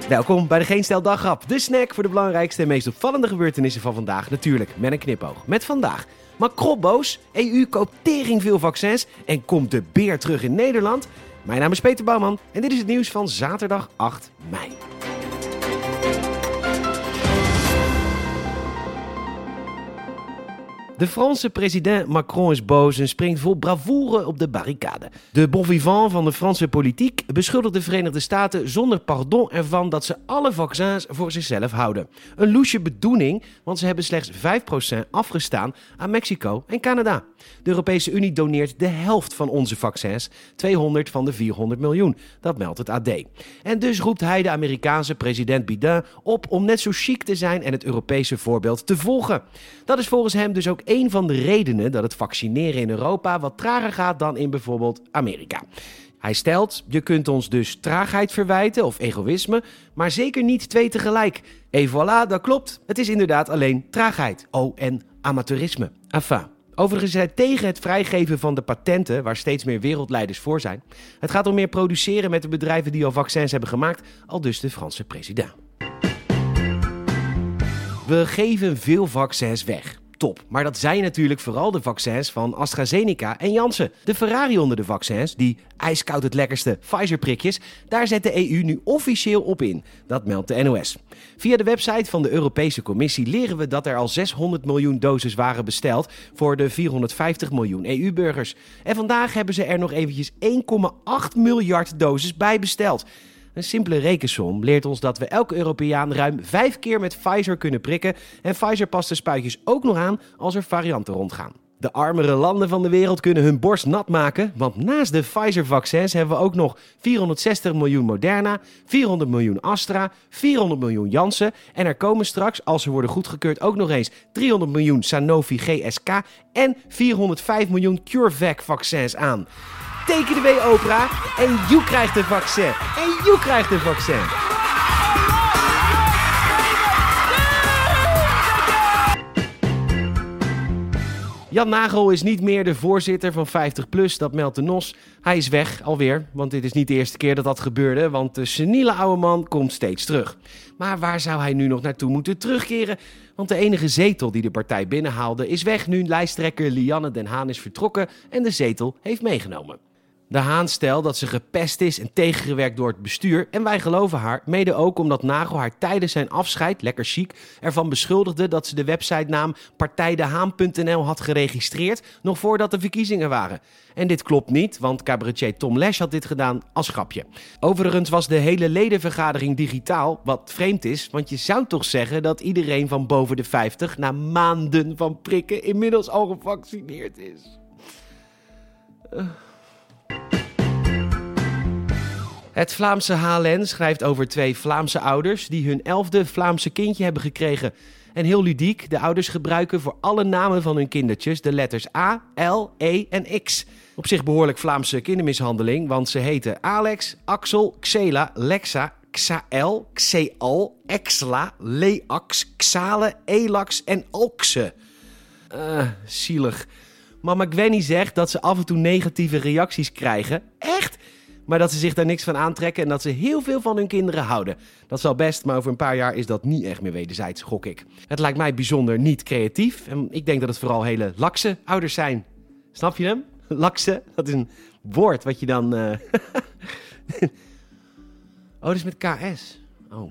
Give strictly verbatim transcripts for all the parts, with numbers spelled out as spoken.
Welkom bij de Geen Stel Daggrap, de snack voor de belangrijkste en meest opvallende gebeurtenissen van vandaag. Natuurlijk met een knipoog. Met vandaag Macron boos, E U koopt tering veel vaccins en komt de beer terug in Nederland. Mijn naam is Peter Bouwman en dit is het nieuws van zaterdag acht mei. De Franse president Macron is boos en springt vol bravoure op de barricade. De bon vivant van de Franse politiek beschuldigt de Verenigde Staten zonder pardon ervan dat ze alle vaccins voor zichzelf houden. Een loesje bedoeling, want ze hebben slechts vijf procent afgestaan aan Mexico en Canada. De Europese Unie doneert de helft van onze vaccins, tweehonderd van de vierhonderd miljoen. Dat meldt het A D. En dus roept hij de Amerikaanse president Biden op om net zo chic te zijn en het Europese voorbeeld te volgen. Dat is volgens hem dus ook een van de redenen dat het vaccineren in Europa wat trager gaat dan in bijvoorbeeld Amerika. Hij stelt, je kunt ons dus traagheid verwijten of egoïsme, maar zeker niet twee tegelijk. Et voilà, dat klopt. Het is inderdaad alleen traagheid. Oh, en amateurisme. Enfin. Overigens is hij tegen het vrijgeven van de patenten, waar steeds meer wereldleiders voor zijn. Het gaat om meer produceren met de bedrijven die al vaccins hebben gemaakt, aldus de Franse president. We geven veel vaccins weg. Top, maar dat zijn natuurlijk vooral de vaccins van AstraZeneca en Janssen. De Ferrari onder de vaccins, die ijskoud het lekkerste Pfizer-prikjes, daar zet de E U nu officieel op in. Dat meldt de N O S. Via de website van de Europese Commissie leren we dat er al zeshonderd miljoen doses waren besteld voor de vierhonderdvijftig miljoen E U-burgers. En vandaag hebben ze er nog eventjes één komma acht miljard doses bij besteld. Een simpele rekensom leert ons dat we elke Europeaan ruim vijf keer met Pfizer kunnen prikken en Pfizer past de spuitjes ook nog aan als er varianten rondgaan. De armere landen van de wereld kunnen hun borst nat maken, want naast de Pfizer-vaccins hebben we ook nog vierhonderdzestig miljoen Moderna, vierhonderd miljoen Astra, vierhonderd miljoen Janssen en er komen straks, als ze worden goedgekeurd, ook nog eens driehonderd miljoen Sanofi G S K en vierhonderdvijf miljoen CureVac-vaccins aan. Teken de W Oprah en you krijgt een vaccin. En you krijgt een vaccin. Jan Nagel is niet meer de voorzitter van vijftig plus, dat meldt de N O S. Hij is weg, alweer, want dit is niet de eerste keer dat dat gebeurde, want de seniele oude man komt steeds terug. Maar waar zou hij nu nog naartoe moeten terugkeren? Want de enige zetel die de partij binnenhaalde is weg nu lijsttrekker Lianne Den Haan is vertrokken en de zetel heeft meegenomen. De Haan stelt dat ze gepest is en tegengewerkt door het bestuur en wij geloven haar, mede ook omdat Nagel haar tijdens zijn afscheid, lekker chic, ervan beschuldigde dat ze de websitenaam partijdehaan punt n l had geregistreerd nog voordat de verkiezingen waren. En dit klopt niet, want cabaretier Tom Lesch had dit gedaan als grapje. Overigens was de hele ledenvergadering digitaal, wat vreemd is, want je zou toch zeggen dat iedereen van boven de vijftig na maanden van prikken inmiddels al gevaccineerd is. Uh. Het Vlaamse H L N schrijft over twee Vlaamse ouders die hun elfde Vlaamse kindje hebben gekregen. En heel ludiek, de ouders gebruiken voor alle namen van hun kindertjes de letters A, L, E en X. Op zich behoorlijk Vlaamse kindermishandeling, want ze heten Alex, Axel, Xela, Lexa, Xael, Xeal, Exla, Leax, Xale, Elax en Alxe. Uh, zielig. Mama Gwenny zegt dat ze af en toe negatieve reacties krijgen. Echt? Maar dat ze zich daar niks van aantrekken en dat ze heel veel van hun kinderen houden. Dat zal best, maar over een paar jaar is dat niet echt meer wederzijds, gok ik. Het lijkt mij bijzonder niet creatief en ik denk dat het vooral hele lakse ouders zijn. Snap je hem? Lakse, dat is een woord wat je dan... Uh... oh, dat is met K S. Oh.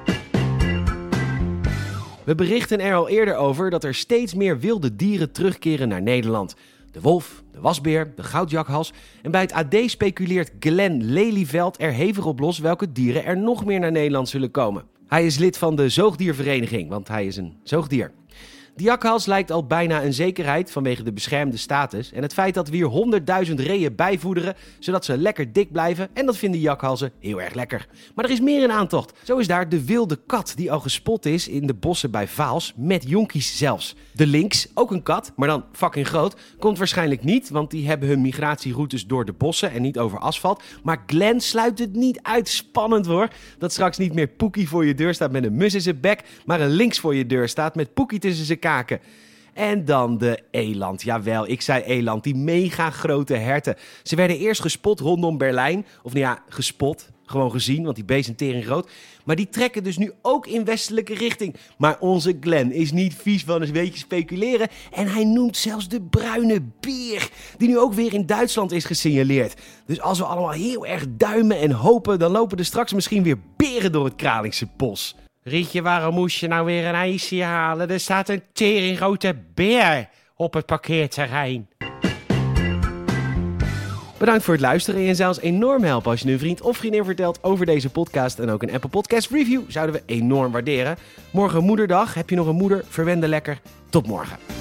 We berichten er al eerder over dat er steeds meer wilde dieren terugkeren naar Nederland. De wolf, de wasbeer, de goudjakhals. En bij het A D speculeert Glenn Lelyveld er hevig op los welke dieren er nog meer naar Nederland zullen komen. Hij is lid van de zoogdiervereniging, want hij is een zoogdier. De jakhals lijkt al bijna een zekerheid vanwege de beschermde status en het feit dat we hier honderdduizend reeën bijvoederen, zodat ze lekker dik blijven en dat vinden jakhalzen heel erg lekker. Maar er is meer in aantocht. Zo is daar de wilde kat die al gespot is in de bossen bij Vaals, met jonkies zelfs. De lynx, ook een kat, maar dan fucking groot, komt waarschijnlijk niet, want die hebben hun migratieroutes door de bossen en niet over asfalt. Maar Glenn sluit het niet uit. Spannend hoor, dat straks niet meer Poekie voor je deur staat met een mus in zijn bek, maar een lynx voor je deur staat met Poekie tussen zijn kaken. En dan de eland. Jawel, ik zei eland. Die mega grote herten. Ze werden eerst gespot rondom Berlijn. Of nou ja, gespot. gewoon gezien, want die beesten zijn tering groot. Maar die trekken dus nu ook in westelijke richting. Maar onze Glenn is niet vies van een beetje speculeren. En hij noemt zelfs de bruine beer, die nu ook weer in Duitsland is gesignaleerd. Dus als we allemaal heel erg duimen en hopen, dan lopen er straks misschien weer beren door het Kralingse bos. Rietje, waarom moest je nou weer een ijsje halen? Er staat een teringgrote beer op het parkeerterrein. Bedankt voor het luisteren. En zelfs enorm helpen als je een vriend of vriendin vertelt over deze podcast. En ook een Apple Podcast review zouden we enorm waarderen. Morgen moederdag. Heb je nog een moeder? Verwende lekker. Tot morgen.